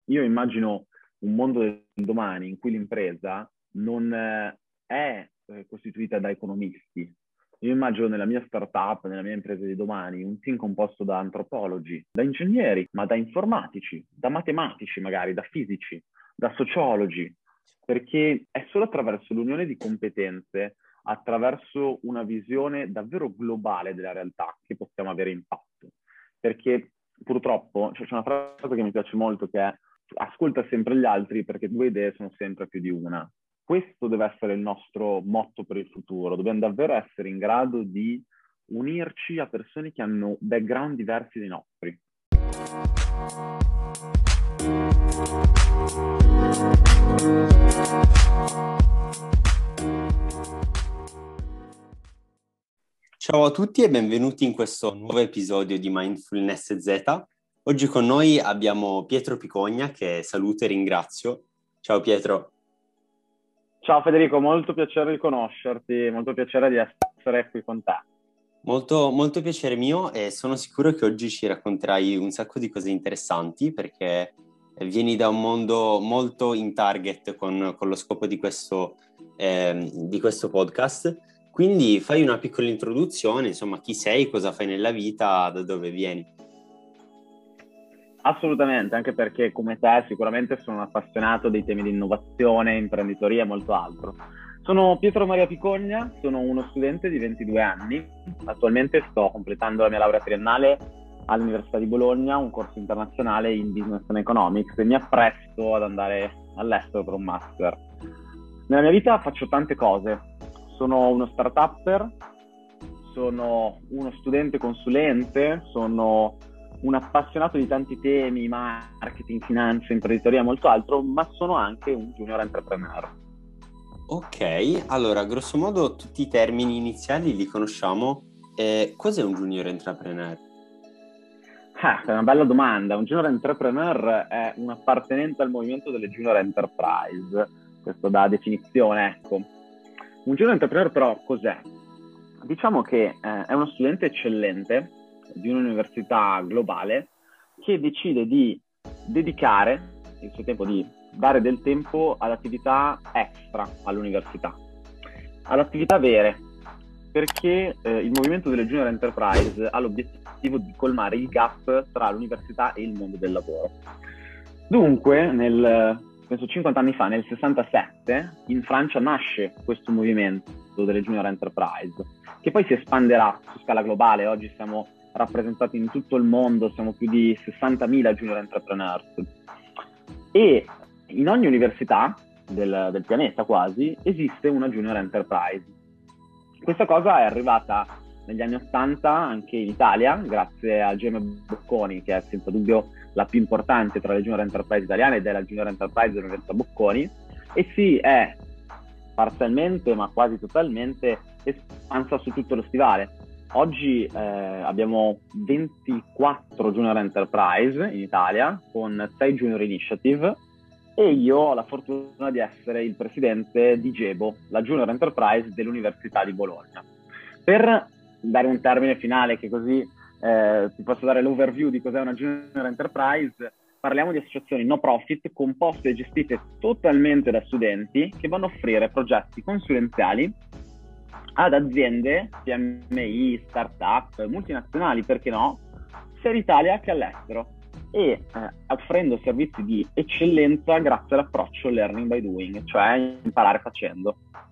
io immagino un mondo del domani in cui l'impresa non è costituita da economisti. Io immagino nella mia startup, nella mia impresa di domani, un team composto da antropologi, da ingegneri, ma da informatici, da matematici magari, da fisici, da sociologi, perché è solo attraverso l'unione di competenze, attraverso una visione davvero globale della realtà che possiamo avere impatto. Perché purtroppo c'è una frase che mi piace molto che è: ascolta sempre gli altri perché due idee sono sempre più di una. Questo deve essere il nostro motto per il futuro. Dobbiamo davvero essere in grado di unirci a persone che hanno background diversi dai nostri. Ciao a tutti e benvenuti in questo nuovo episodio di Mindfulness Z. Oggi con noi abbiamo Pietro Picogna, che saluto e ringrazio. Ciao Pietro. Ciao Federico, molto piacere di conoscerti, molto piacere di essere qui con te. Molto piacere mio e sono sicuro che oggi ci racconterai un sacco di cose interessanti perché vieni da un mondo molto in target con lo scopo di questo podcast. Quindi fai una piccola introduzione, insomma, chi sei, cosa fai nella vita, da dove vieni. Assolutamente, anche perché come te sicuramente sono un appassionato dei temi di innovazione, imprenditoria e molto altro. Sono Pietro Maria Picogna, sono uno studente di 22 anni, attualmente sto completando la mia laurea triennale all'Università di Bologna, un corso internazionale in Business and Economics, e mi appresto ad andare all'estero per un master. Nella mia vita faccio tante cose, sono uno start-upper, sono uno studente consulente, sono un appassionato di tanti temi, marketing, finanza, imprenditoria e molto altro, ma sono anche un junior entrepreneur. Ok, allora, grosso modo tutti i termini iniziali li conosciamo. Cos'è un junior entrepreneur? È una bella domanda. Un junior entrepreneur è un appartenente al movimento delle junior enterprise, questo da definizione, ecco. Un junior entrepreneur però cos'è? Diciamo che è uno studente eccellente di un'università globale che decide di dedicare il suo tempo, di dare del tempo ad attività extra all'università, ad attività vere, perché il movimento delle Junior Enterprise ha l'obiettivo di colmare il gap tra l'università e il mondo del lavoro. Dunque, penso 50 anni fa, nel 67, in Francia nasce questo movimento delle Junior Enterprise, che poi si espanderà su scala globale. Oggi siamo rappresentati in tutto il mondo, siamo più di 60.000 Junior Entrepreneurs. E in ogni università del pianeta quasi esiste una Junior Enterprise. Questa cosa è arrivata negli anni 80 anche in Italia, grazie a GM Bocconi, che è senza dubbio la più importante tra le Junior Enterprise italiane ed è la Junior Enterprise dell'Università Bocconi, e si è parzialmente, ma quasi totalmente, espansa su tutto lo stivale. Oggi abbiamo 24 Junior Enterprise in Italia, con 6 Junior Initiative, e io ho la fortuna di essere il presidente di GEBO, la Junior Enterprise dell'Università di Bologna. Per dare un termine finale, che così ti posso dare l'overview di cos'è una Junior Enterprise, parliamo di associazioni no profit composte e gestite totalmente da studenti che vanno a offrire progetti consulenziali ad aziende, PMI, start-up, multinazionali, perché no, sia in Italia che all'estero, e offrendo servizi di eccellenza grazie all'approccio learning by doing, cioè imparare facendo.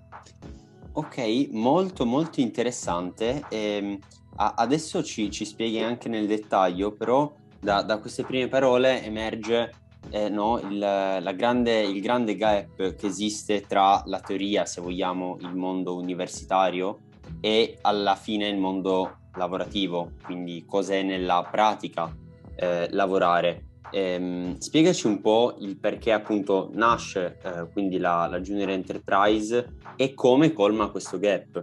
Ok, molto molto interessante. Adesso ci spieghi anche nel dettaglio, però da queste prime parole emerge no, il grande gap che esiste tra la teoria, se vogliamo, il mondo universitario e alla fine il mondo lavorativo, quindi cos'è nella pratica lavorare. Spiegaci un po' il perché appunto nasce quindi la Junior Enterprise e come colma questo gap.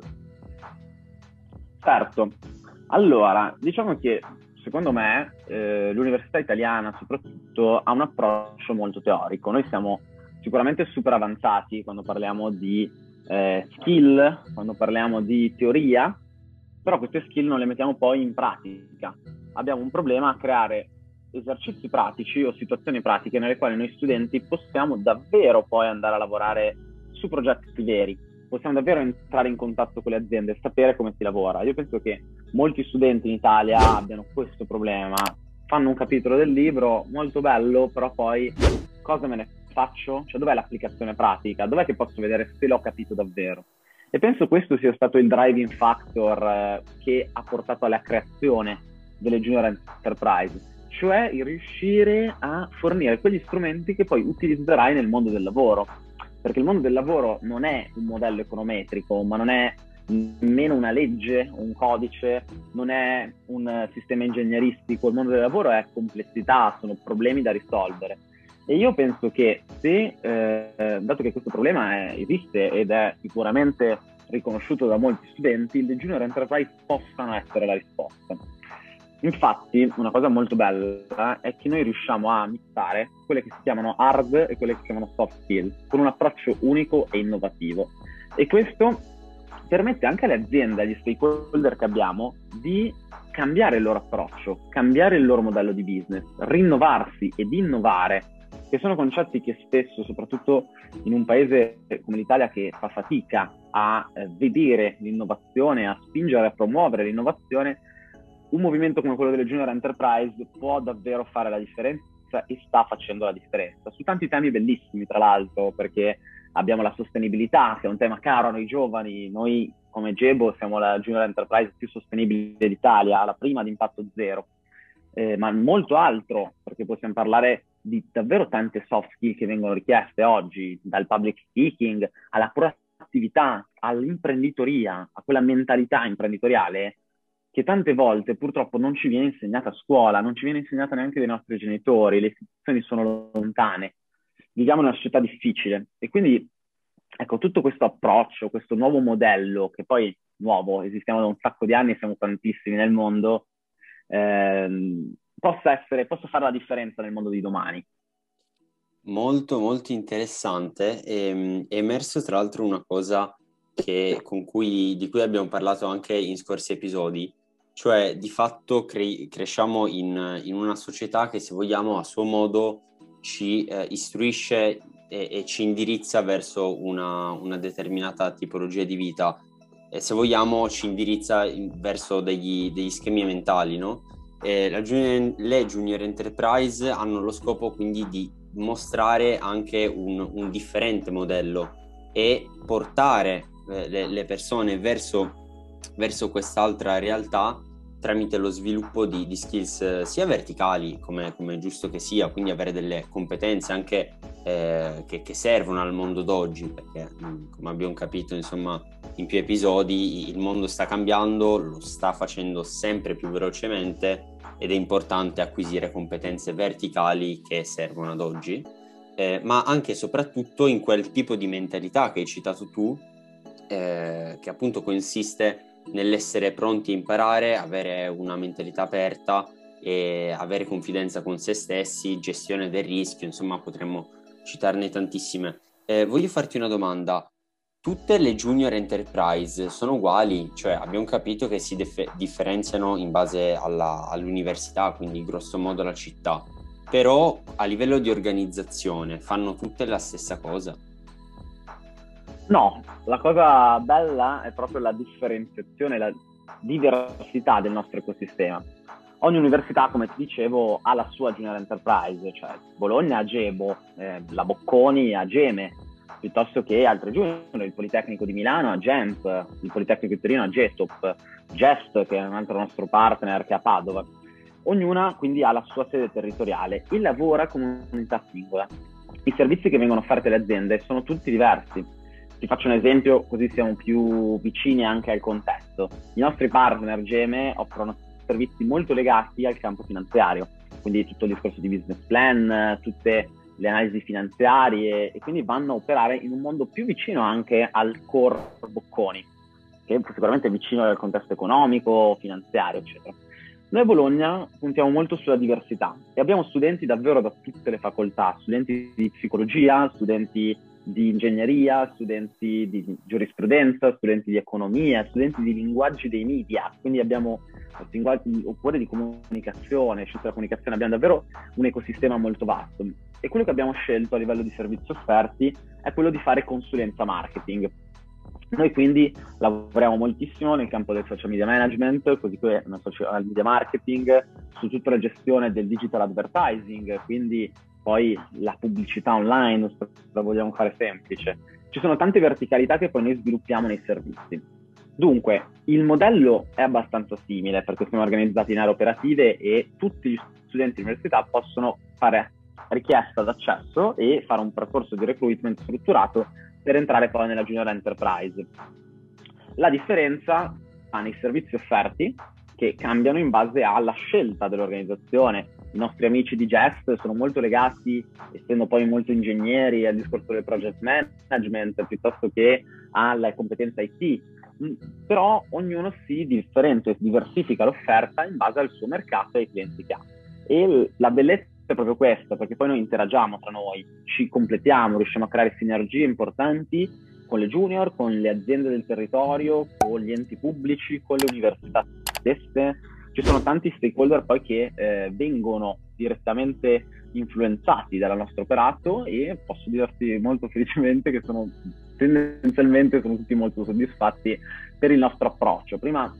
Certo, allora diciamo che secondo me l'università italiana soprattutto ha un approccio molto teorico. Noi siamo sicuramente super avanzati quando parliamo di skill, quando parliamo di teoria, però queste skill non le mettiamo poi in pratica. Abbiamo un problema a creare esercizi pratici o situazioni pratiche nelle quali noi studenti possiamo davvero poi andare a lavorare su progetti veri, possiamo davvero entrare in contatto con le aziende e sapere come si lavora. Io penso che molti studenti in Italia abbiano questo problema, fanno un capitolo del libro, molto bello, però poi cosa me ne faccio? Cioè, dov'è l'applicazione pratica? Dov'è che posso vedere se l'ho capito davvero? E penso questo sia stato il driving factor che ha portato alla creazione delle Junior Enterprise, cioè il riuscire a fornire quegli strumenti che poi utilizzerai nel mondo del lavoro. Perché il mondo del lavoro non è un modello econometrico, ma non è nemmeno una legge, un codice, non è un sistema ingegneristico. Il mondo del lavoro è complessità, sono problemi da risolvere. E io penso che se, dato che questo problema esiste ed è sicuramente riconosciuto da molti studenti, le Junior Enterprise possano essere la risposta. Infatti, una cosa molto bella è che noi riusciamo a mixare quelle che si chiamano hard e quelle che si chiamano soft skill, con un approccio unico e innovativo. E questo permette anche alle aziende, agli stakeholder che abbiamo, di cambiare il loro approccio, cambiare il loro modello di business, rinnovarsi ed innovare, che sono concetti che spesso, soprattutto in un paese come l'Italia che fa fatica a vedere l'innovazione, a spingere a promuovere l'innovazione, un movimento come quello delle Junior Enterprise può davvero fare la differenza e sta facendo la differenza su tanti temi bellissimi, tra l'altro, perché abbiamo la sostenibilità, che è un tema caro a noi giovani. Noi come Gebo siamo la Junior Enterprise più sostenibile d'Italia, la prima di impatto zero, ma molto altro, perché possiamo parlare di davvero tante soft skill che vengono richieste oggi, dal public speaking alla proattività, all'imprenditoria, a quella mentalità imprenditoriale che tante volte purtroppo non ci viene insegnata a scuola, non ci viene insegnata neanche dai nostri genitori, le istituzioni sono lontane, viviamo in una società difficile e quindi ecco tutto questo approccio, questo nuovo modello che poi nuovo, esistiamo da un sacco di anni, siamo tantissimi nel mondo, possa fare la differenza nel mondo di domani. Molto molto interessante. È emerso tra l'altro una cosa di cui abbiamo parlato anche in scorsi episodi, cioè di fatto cresciamo in una società che, se vogliamo, a suo modo ci istruisce e ci indirizza verso una determinata tipologia di vita, e se vogliamo ci indirizza verso degli schemi mentali, no? Le Junior Enterprise hanno lo scopo quindi di mostrare anche un differente modello e portare le persone verso quest'altra realtà tramite lo sviluppo di skills sia verticali, come è giusto che sia, quindi avere delle competenze anche che servono al mondo d'oggi, perché come abbiamo capito insomma in più episodi il mondo sta cambiando, lo sta facendo sempre più velocemente ed è importante acquisire competenze verticali che servono ad oggi, ma anche e soprattutto in quel tipo di mentalità che hai citato tu, che appunto consiste nell'essere pronti a imparare, avere una mentalità aperta e avere confidenza con se stessi, gestione del rischio, insomma potremmo citarne tantissime. Voglio farti una domanda. Tutte le Junior Enterprise sono uguali? Cioè abbiamo capito che si differenziano in base all'università, quindi grosso modo la città, però a livello di organizzazione fanno tutte la stessa cosa? No, la cosa bella è proprio la differenziazione, la diversità del nostro ecosistema. Ogni università, come ti dicevo, ha la sua Junior Enterprise, cioè Bologna ha Gebo, la Bocconi ha Geme, piuttosto che altre junior, il Politecnico di Milano ha GEMP, il Politecnico di Torino ha GETOP, GEST, che è un altro nostro partner che ha Padova. Ognuna quindi ha la sua sede territoriale e lavora come unità singola. I servizi che vengono offerti alle aziende sono tutti diversi. Ti faccio un esempio così siamo più vicini anche al contesto. I nostri partner GEME offrono servizi molto legati al campo finanziario, quindi tutto il discorso di business plan, tutte le analisi finanziarie, e quindi vanno a operare in un mondo più vicino anche al core Bocconi, che sicuramente è vicino al contesto economico, finanziario, eccetera. Noi a Bologna puntiamo molto sulla diversità e abbiamo studenti davvero da tutte le facoltà, studenti di psicologia, studenti di ingegneria, studenti di giurisprudenza, studenti di economia, studenti di linguaggi dei media, quindi abbiamo linguaggi, oppure di comunicazione, scienze della comunicazione, abbiamo davvero un ecosistema molto vasto. E quello che abbiamo scelto a livello di servizi offerti è quello di fare consulenza marketing. Noi quindi lavoriamo moltissimo nel campo del social media management, così come nel social media marketing, su tutta la gestione del digital advertising, quindi poi la pubblicità online, se la vogliamo fare semplice. Ci sono tante verticalità che poi noi sviluppiamo nei servizi. Dunque, il modello è abbastanza simile perché siamo organizzati in aree operative e tutti gli studenti di università possono fare richiesta d'accesso e fare un percorso di recruitment strutturato per entrare poi nella Junior Enterprise. La differenza sta nei servizi offerti, che cambiano in base alla scelta dell'organizzazione. I nostri amici di Jest sono molto legati, essendo poi molto ingegneri, al discorso del project management piuttosto che alle competenze IT, però ognuno si diversifica l'offerta in base al suo mercato e ai clienti che ha. E la bellezza è proprio questa, perché poi noi interagiamo tra noi, ci completiamo, riusciamo a creare sinergie importanti con le junior, con le aziende del territorio, con gli enti pubblici, con le università stesse. Ci sono tanti stakeholder poi che vengono direttamente influenzati dal nostro operato e posso dirti molto felicemente che tendenzialmente sono tutti molto soddisfatti per il nostro approccio. Prima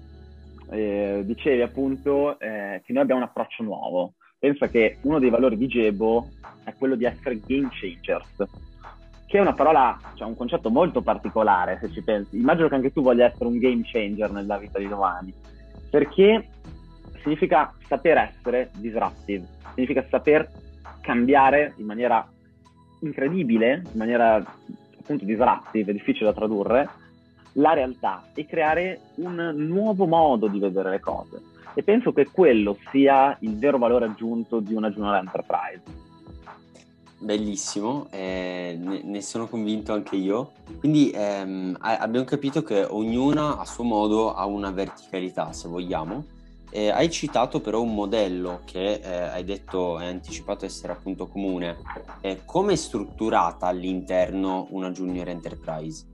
dicevi appunto che noi abbiamo un approccio nuovo. Pensa che uno dei valori di Gebo è quello di essere game changers, che è una parola, cioè un concetto molto particolare se ci pensi. Immagino che anche tu voglia essere un game changer nella vita di domani, perché significa saper essere disruptive, significa saper cambiare in maniera incredibile, in maniera appunto disruptive, è difficile da tradurre, la realtà e creare un nuovo modo di vedere le cose. E penso che quello sia il vero valore aggiunto di una Junior Enterprise. Bellissimo, ne sono convinto anche io. Quindi abbiamo capito che ognuna a suo modo ha una verticalità, se vogliamo. Hai citato però un modello che hai anticipato essere appunto comune. Come è strutturata all'interno una Junior Enterprise?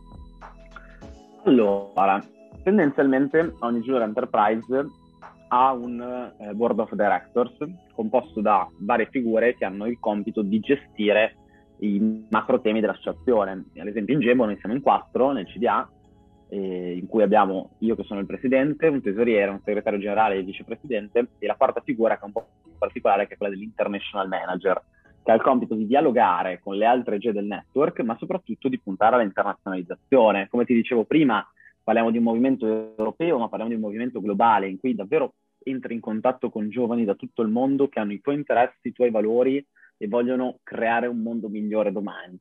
Allora, tendenzialmente ogni Junior Enterprise ha un board of directors composto da varie figure che hanno il compito di gestire i macro temi dell'associazione. Ad esempio in Gebo noi siamo in 4 nel CDA, in cui abbiamo io che sono il presidente, un tesoriere, un segretario generale e il vicepresidente, e la quarta figura che è un po' particolare che è quella dell'international manager, che ha il compito di dialogare con le altre G del network, ma soprattutto di puntare all'internazionalizzazione. Come ti dicevo prima, parliamo di un movimento europeo, ma parliamo di un movimento globale in cui davvero entri in contatto con giovani da tutto il mondo che hanno i tuoi interessi, i tuoi valori e vogliono creare un mondo migliore domani.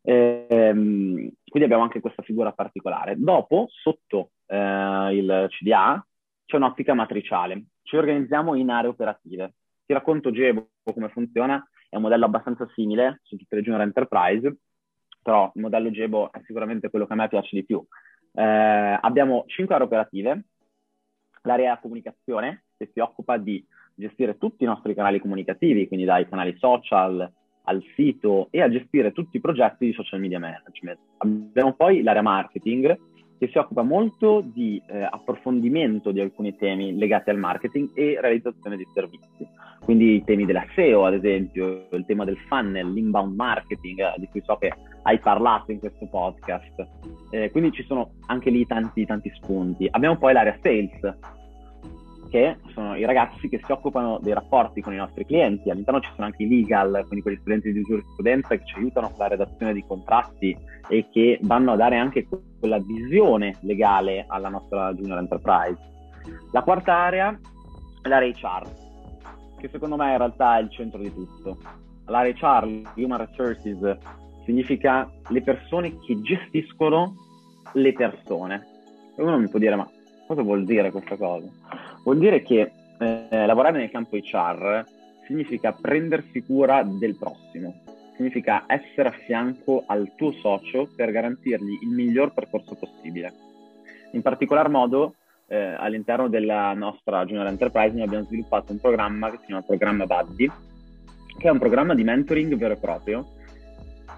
Quindi abbiamo anche questa figura particolare. Dopo, sotto il CDA, c'è un'ottica matriciale. Ci organizziamo in aree operative. Ti racconto Gebo come funziona. È un modello abbastanza simile su tutte le Junior Enterprise, però il modello Gebo è sicuramente quello che a me piace di più. Abbiamo 5 aree operative, l'area comunicazione che si occupa di gestire tutti i nostri canali comunicativi, quindi dai canali social al sito e a gestire tutti i progetti di social media management. Abbiamo poi l'area marketing che si occupa molto di approfondimento di alcuni temi legati al marketing e realizzazione di servizi. Quindi i temi della SEO, ad esempio, il tema del funnel, l'inbound marketing, di cui so che hai parlato in questo podcast. Quindi ci sono anche lì tanti spunti. Abbiamo poi l'area sales, che sono i ragazzi che si occupano dei rapporti con i nostri clienti. All'interno ci sono anche i legal, quindi quegli studenti di giurisprudenza che ci aiutano con la redazione di contratti e che vanno a dare anche quella visione legale alla nostra Junior Enterprise. La quarta area è l'area HR, che secondo me in realtà è il centro di tutto. L'area HR, Human Resources, significa le persone che gestiscono le persone. E uno mi può dire, ma cosa vuol dire questa cosa? Vuol dire che lavorare nel campo HR significa prendersi cura del prossimo, significa essere a fianco al tuo socio per garantirgli il miglior percorso possibile. In particolar modo, all'interno della nostra Junior Enterprise noi abbiamo sviluppato un programma che si chiama Programma Buddy, che è un programma di mentoring vero e proprio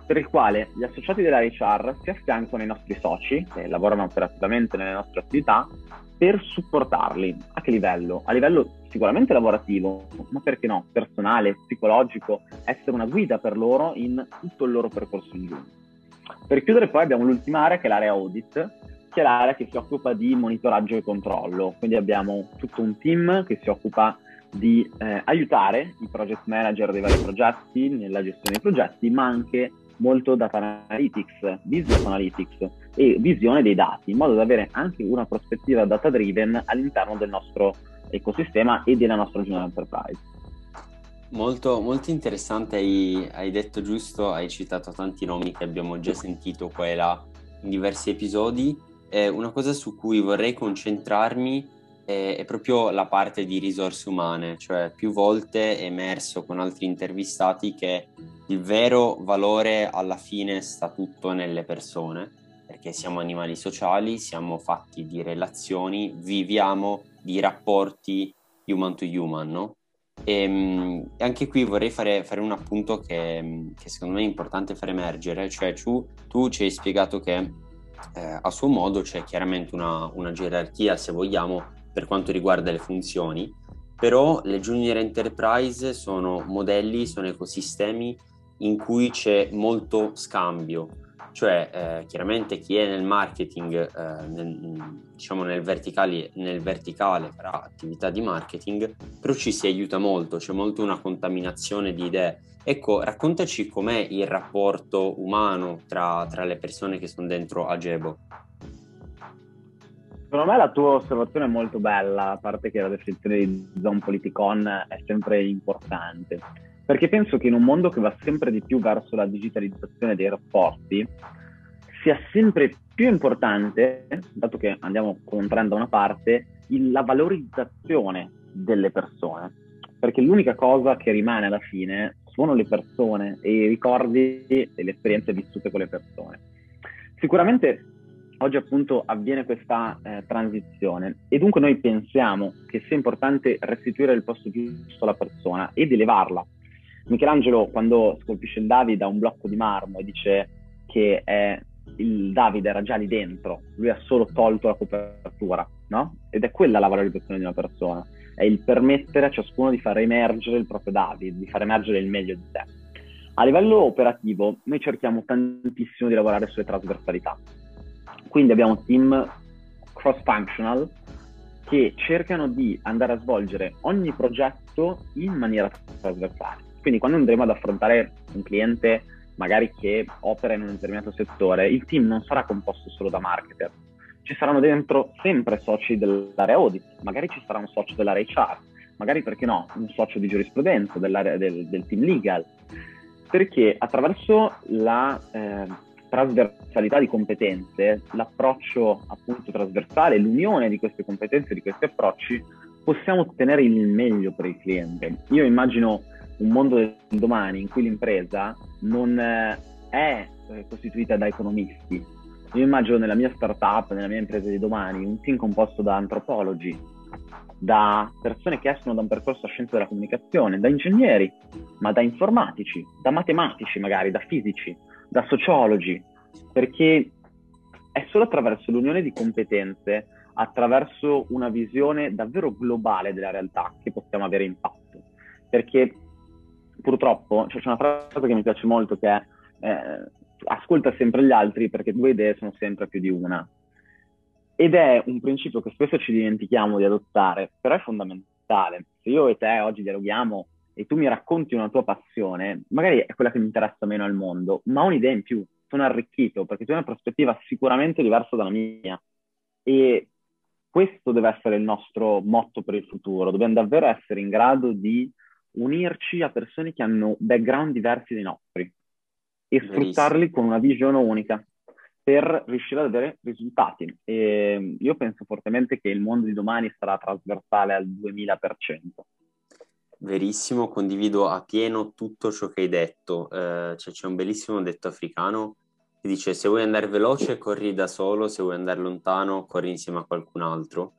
per il quale gli associati della HR si affiancano ai nostri soci, che lavorano operativamente nelle nostre attività, per supportarli. A che livello? A livello sicuramente lavorativo, ma perché no, personale, psicologico, essere una guida per loro in tutto il loro percorso in giù. Per chiudere poi abbiamo l'ultima area, che è l'area audit, che è l'area che si occupa di monitoraggio e controllo. Quindi abbiamo tutto un team che si occupa di aiutare i project manager dei vari progetti nella gestione dei progetti, ma anche molto data analytics, business analytics e visione dei dati, in modo da avere anche una prospettiva data driven all'interno del nostro ecosistema e della nostra junior enterprise. Molto, molto interessante, hai detto giusto, hai citato tanti nomi che abbiamo già sentito qua e là in diversi episodi. Una cosa su cui vorrei concentrarmi è proprio la parte di risorse umane, cioè più volte è emerso con altri intervistati che il vero valore alla fine sta tutto nelle persone, perché siamo animali sociali, siamo fatti di relazioni, viviamo di rapporti human to human, no? E anche qui vorrei fare un appunto che secondo me è importante far emergere, cioè tu ci hai spiegato che a suo modo c'è chiaramente una gerarchia, se vogliamo, per quanto riguarda le funzioni, però le junior enterprise sono modelli, sono ecosistemi in cui c'è molto scambio, cioè chiaramente chi è nel marketing, diciamo nel verticale fra attività di marketing, però ci si aiuta molto, c'è molto una contaminazione di idee. Ecco, raccontaci com'è il rapporto umano tra le persone che sono dentro Agebo. Secondo me la tua osservazione è molto bella, a parte che la definizione di zone politicon è sempre importante, perché penso che in un mondo che va sempre di più verso la digitalizzazione dei rapporti sia sempre più importante, dato che andiamo con un trend da una parte, la valorizzazione delle persone, perché l'unica cosa che rimane alla fine sono le persone e i ricordi e le esperienze vissute con le persone. Sicuramente oggi appunto avviene questa transizione e dunque noi pensiamo che sia importante restituire il posto giusto alla persona ed elevarla. Michelangelo, quando scolpisce il Davide, ha un blocco di marmo e dice che il Davide era già lì dentro, lui ha solo tolto la copertura, no? Ed è quella la valorizzazione di una persona, è il permettere a ciascuno di far emergere il proprio Davide, di far emergere il meglio di sé. A livello operativo noi cerchiamo tantissimo di lavorare sulle trasversalità, quindi abbiamo team cross-functional che cercano di andare a svolgere ogni progetto in maniera trasversale. Quindi quando andremo ad affrontare un cliente magari che opera in un determinato settore, il team non sarà composto solo da marketer, ci saranno dentro sempre soci dell'area audit, magari ci sarà un socio dell'area HR, magari perché no, un socio di giurisprudenza del team legal, perché attraverso la trasversalità di competenze, l'approccio appunto trasversale, l'unione di queste competenze, di questi approcci, possiamo ottenere il meglio per il cliente. Io immagino un mondo del domani in cui l'impresa non è costituita da economisti. Io immagino nella mia startup, nella mia impresa di domani, un team composto da antropologi, da persone che escono da un percorso a scienze della comunicazione, da ingegneri, ma da informatici, da matematici magari, da fisici, da sociologi, perché è solo attraverso l'unione di competenze, attraverso una visione davvero globale della realtà che possiamo avere impatto. Perché purtroppo c'è una frase che mi piace molto che è ascolta sempre gli altri perché due idee sono sempre più di una. Ed è un principio che spesso ci dimentichiamo di adottare, però è fondamentale. Se io e te oggi dialoghiamo e tu mi racconti una tua passione, magari è quella che mi interessa meno al mondo, ma ho un'idea in più, sono arricchito perché tu hai una prospettiva sicuramente diversa dalla mia. E questo deve essere il nostro motto per il futuro. Dobbiamo davvero essere in grado di unirci a persone che hanno background diversi dai nostri e sfruttarli con una visione unica per riuscire ad avere risultati. E io penso fortemente che il mondo di domani sarà trasversale al 2000%. Verissimo, condivido a pieno tutto ciò che hai detto. C'è un bellissimo detto africano che dice: se vuoi andare veloce corri da solo, se vuoi andare lontano corri insieme a qualcun altro.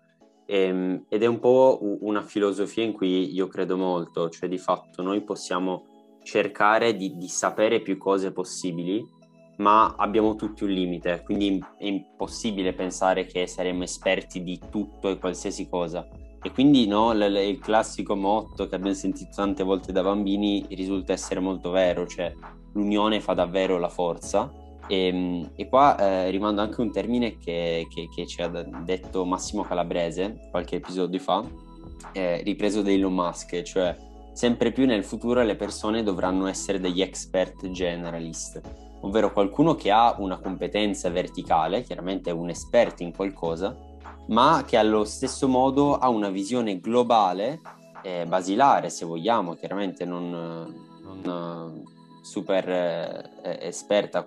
Ed è un po' una filosofia in cui io credo molto, cioè di fatto noi possiamo cercare di sapere più cose possibili, ma abbiamo tutti un limite, quindi è impossibile pensare che saremo esperti di tutto e qualsiasi cosa. E quindi no, il classico motto che abbiamo sentito tante volte da bambini risulta essere molto vero, cioè l'unione fa davvero la forza. E qua rimando anche un termine che ci ha detto Massimo Calabrese qualche episodio fa, ripreso da Elon Musk, cioè sempre più nel futuro le persone dovranno essere degli expert generalist, ovvero qualcuno che ha una competenza verticale, chiaramente è un esperto in qualcosa, ma che allo stesso modo ha una visione globale, basilare se vogliamo, chiaramente non super esperta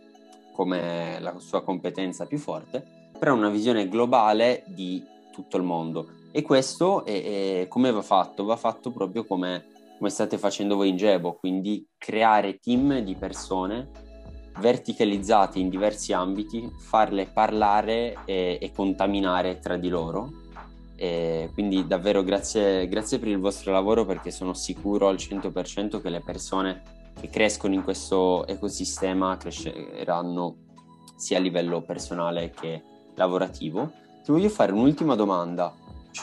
come la sua competenza più forte, però una visione globale di tutto il mondo. E questo come va fatto? Va fatto proprio come state facendo voi in Gebo, quindi creare team di persone verticalizzate in diversi ambiti, farle parlare e contaminare tra di loro. E quindi davvero grazie per il vostro lavoro, perché sono sicuro al 100% che le persone che crescono in questo ecosistema cresceranno sia a livello personale che lavorativo. Ti voglio fare un'ultima domanda,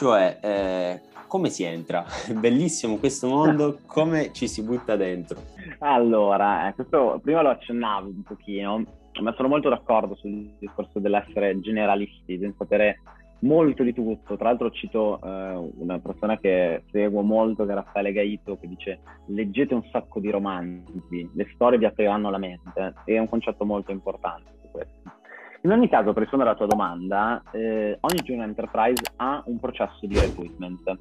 cioè come si entra? Bellissimo questo mondo, come ci si butta dentro? Allora, questo prima lo accennavi un pochino, ma sono molto d'accordo sul discorso dell'essere generalisti, di sapere molto di tutto. Tra l'altro cito una persona che seguo molto, che è Raffaele Gaito, che dice: leggete un sacco di romanzi, le storie vi apriranno la mente. E è un concetto molto importante questo. In ogni caso, per rispondere alla tua domanda, ogni junior enterprise ha un processo di recruitment.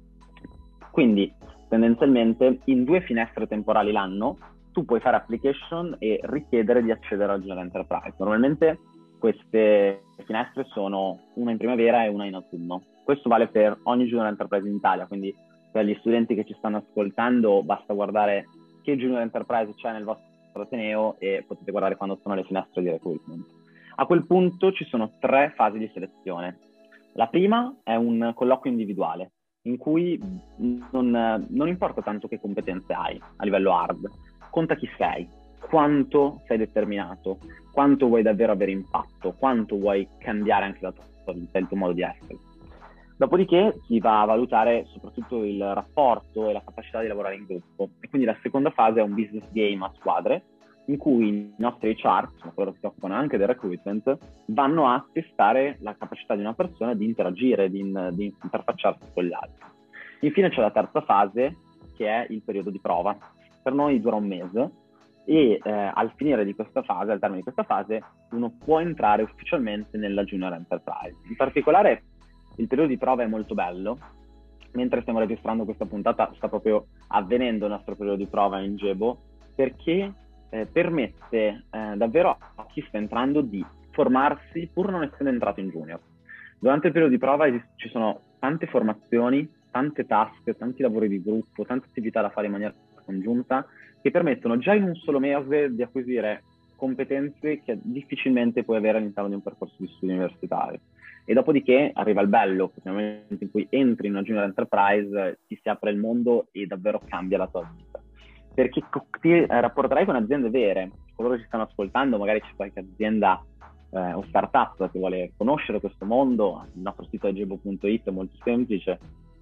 Quindi, tendenzialmente, in 2 finestre temporali l'anno, tu puoi fare application e richiedere di accedere al junior enterprise. Normalmente queste finestre sono una in primavera e una in autunno. Questo vale per ogni junior enterprise in Italia, quindi per gli studenti che ci stanno ascoltando basta guardare che junior enterprise c'è nel vostro ateneo e potete guardare quando sono le finestre di recruitment. A quel punto ci sono 3 fasi di selezione. La prima è un colloquio individuale, in cui non importa tanto che competenze hai a livello hard, conta chi sei, quanto sei determinato, quanto vuoi davvero avere impatto, quanto vuoi cambiare anche la tua vita, il tuo modo di essere. Dopodiché si va a valutare soprattutto il rapporto e la capacità di lavorare in gruppo. E quindi la seconda fase è un business game a squadre, in cui i nostri HR, sono coloro che si occupano anche del recruitment, vanno a testare la capacità di una persona di interagire, di interfacciarsi con gli altri. Infine c'è la terza fase, che è il periodo di prova. Per noi dura un mese e al finire di questa fase, al termine di questa fase, uno può entrare ufficialmente nella Junior Enterprise. In particolare il periodo di prova è molto bello. Mentre stiamo registrando questa puntata sta proprio avvenendo il nostro periodo di prova in Gebo, perché permette davvero a chi sta entrando di formarsi pur non essendo entrato in junior. Durante il periodo di prova ci sono tante formazioni, tante task, tanti lavori di gruppo, tante attività da fare in maniera congiunta, che permettono già in un solo mese di acquisire competenze che difficilmente puoi avere all'interno di un percorso di studio universitario. E dopodiché arriva il bello, perché nel momento in cui entri in una junior enterprise ti si apre il mondo e davvero cambia la tua vita. Perché ti rapporterai con aziende vere, coloro che ci stanno ascoltando, magari c'è qualche azienda o startup che vuole conoscere questo mondo, il nostro sito è gebo.it, è molto semplice,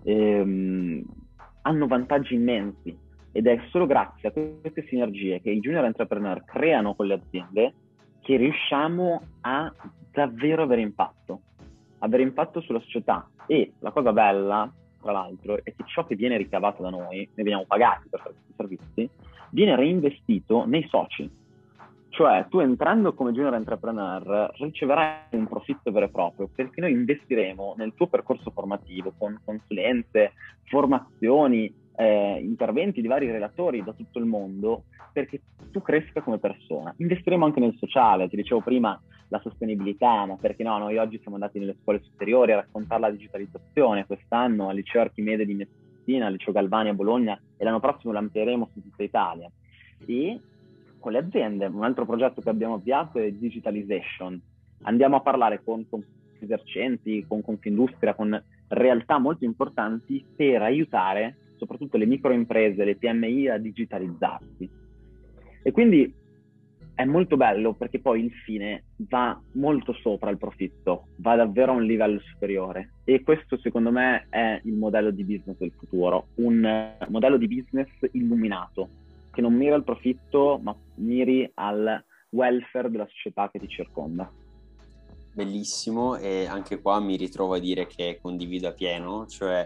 hanno vantaggi immensi ed è solo grazie a queste sinergie che i junior entrepreneur creano con le aziende che riusciamo a davvero avere impatto sulla società. E la cosa bella, tra l'altro, è che ciò che viene ricavato da noi, ne veniamo pagati per fare questi servizi, viene reinvestito nei soci. Cioè, tu entrando come junior entrepreneur riceverai un profitto vero e proprio, perché noi investiremo nel tuo percorso formativo con consulenze, formazioni, interventi di vari relatori da tutto il mondo, perché tu cresca come persona. Investiremo anche nel sociale, ti dicevo prima la sostenibilità, ma perché no? Noi oggi siamo andati nelle scuole superiori a raccontare la digitalizzazione, quest'anno al liceo Archimede di Messina, al liceo Galvani a Bologna, e l'anno prossimo l'amplieremo su tutta Italia. E con le aziende, un altro progetto che abbiamo avviato è Digitalization. Andiamo a parlare con esercenti, con Confindustria, con realtà molto importanti per aiutare soprattutto le microimprese, le PMI a digitalizzarsi. E quindi è molto bello perché poi il fine va molto sopra il profitto, va davvero a un livello superiore e questo secondo me è il modello di business del futuro, un modello di business illuminato che non mira al profitto ma miri al welfare della società che ti circonda. Bellissimo, e anche qua mi ritrovo a dire che condivido a pieno, cioè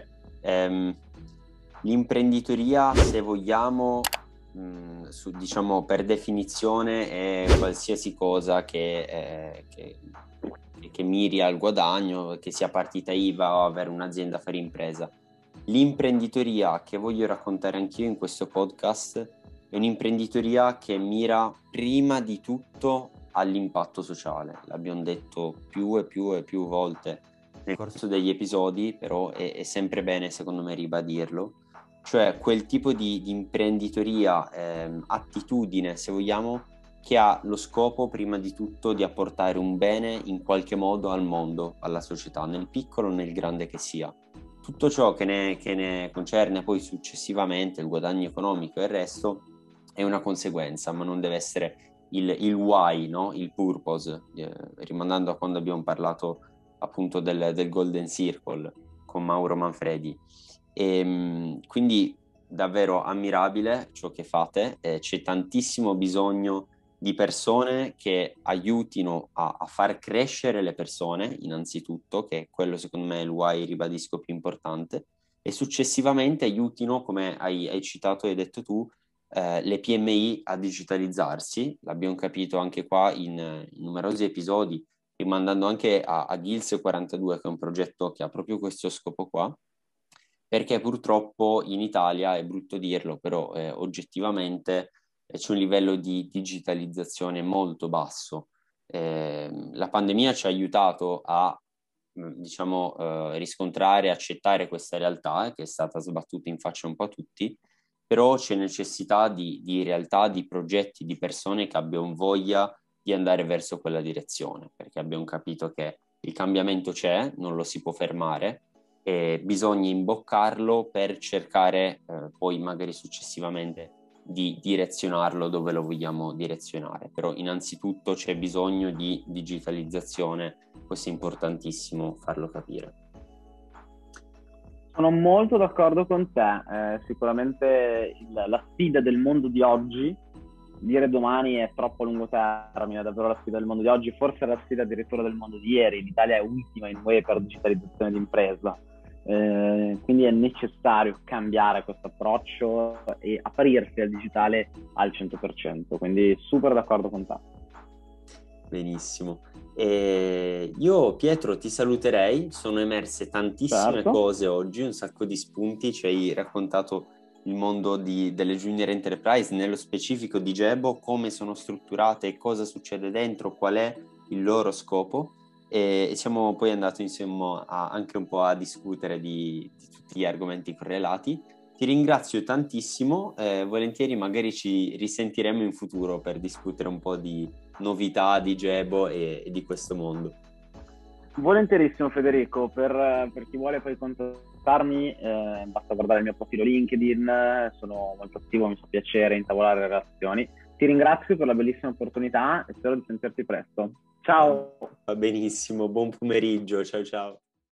l'imprenditoria, se vogliamo, diciamo per definizione, è qualsiasi cosa che miri al guadagno, che sia partita IVA o avere un'azienda, fare impresa. L'imprenditoria che voglio raccontare anch'io in questo podcast è un'imprenditoria che mira prima di tutto all'impatto sociale. L'abbiamo detto più e più volte nel corso degli episodi, però è sempre bene secondo me ribadirlo. Cioè quel tipo di imprenditoria, attitudine, se vogliamo, che ha lo scopo prima di tutto di apportare un bene in qualche modo al mondo, alla società, nel piccolo o nel grande che sia. Tutto ciò che ne concerne poi successivamente il guadagno economico e il resto è una conseguenza, ma non deve essere il why, no? Il purpose, rimandando a quando abbiamo parlato appunto del Golden Circle con Mauro Manfredi. Quindi davvero ammirabile ciò che fate, c'è tantissimo bisogno di persone che aiutino a far crescere le persone innanzitutto, che quello secondo me è il why, ribadisco, più importante, e successivamente aiutino, come hai citato e hai detto tu, le PMI a digitalizzarsi. L'abbiamo capito anche qua in numerosi episodi, rimandando anche a Gills 42, che è un progetto che ha proprio questo scopo qua, perché purtroppo in Italia, è brutto dirlo, però oggettivamente c'è un livello di digitalizzazione molto basso. La pandemia ci ha aiutato a diciamo riscontrare e accettare questa realtà che è stata sbattuta in faccia un po' a tutti, però c'è necessità di realtà, di progetti, di persone che abbiano voglia di andare verso quella direzione, perché abbiamo capito che il cambiamento c'è, non lo si può fermare e bisogna imboccarlo per cercare poi magari successivamente di direzionarlo dove lo vogliamo direzionare. Però innanzitutto c'è bisogno di digitalizzazione, questo è importantissimo farlo capire. Sono molto d'accordo con te, sicuramente la sfida del mondo di oggi, dire domani è troppo a lungo termine, è davvero la sfida del mondo di oggi, forse è la sfida addirittura del mondo di ieri, l'Italia è ultima in UE per digitalizzazione di impresa, quindi è necessario cambiare questo approccio e aprirsi al digitale al 100%, quindi super d'accordo con te. Benissimo. Io Pietro ti saluterei, sono emerse tantissime Certo. cose oggi, un sacco di spunti, ci hai raccontato il mondo delle Junior Enterprise, nello specifico di Gebo, come sono strutturate, cosa succede dentro, qual è il loro scopo e siamo poi andati insieme anche un po' a discutere di tutti gli argomenti correlati. Ti ringrazio tantissimo, volentieri magari ci risentiremo in futuro per discutere un po' di novità di Gebo e di questo mondo. Volentierissimo Federico, per chi vuole poi contattarmi basta guardare il mio profilo LinkedIn, sono molto attivo, mi fa piacere intavolare relazioni. Ti ringrazio per la bellissima opportunità e spero di sentirti presto. Ciao! Va benissimo, buon pomeriggio, ciao ciao.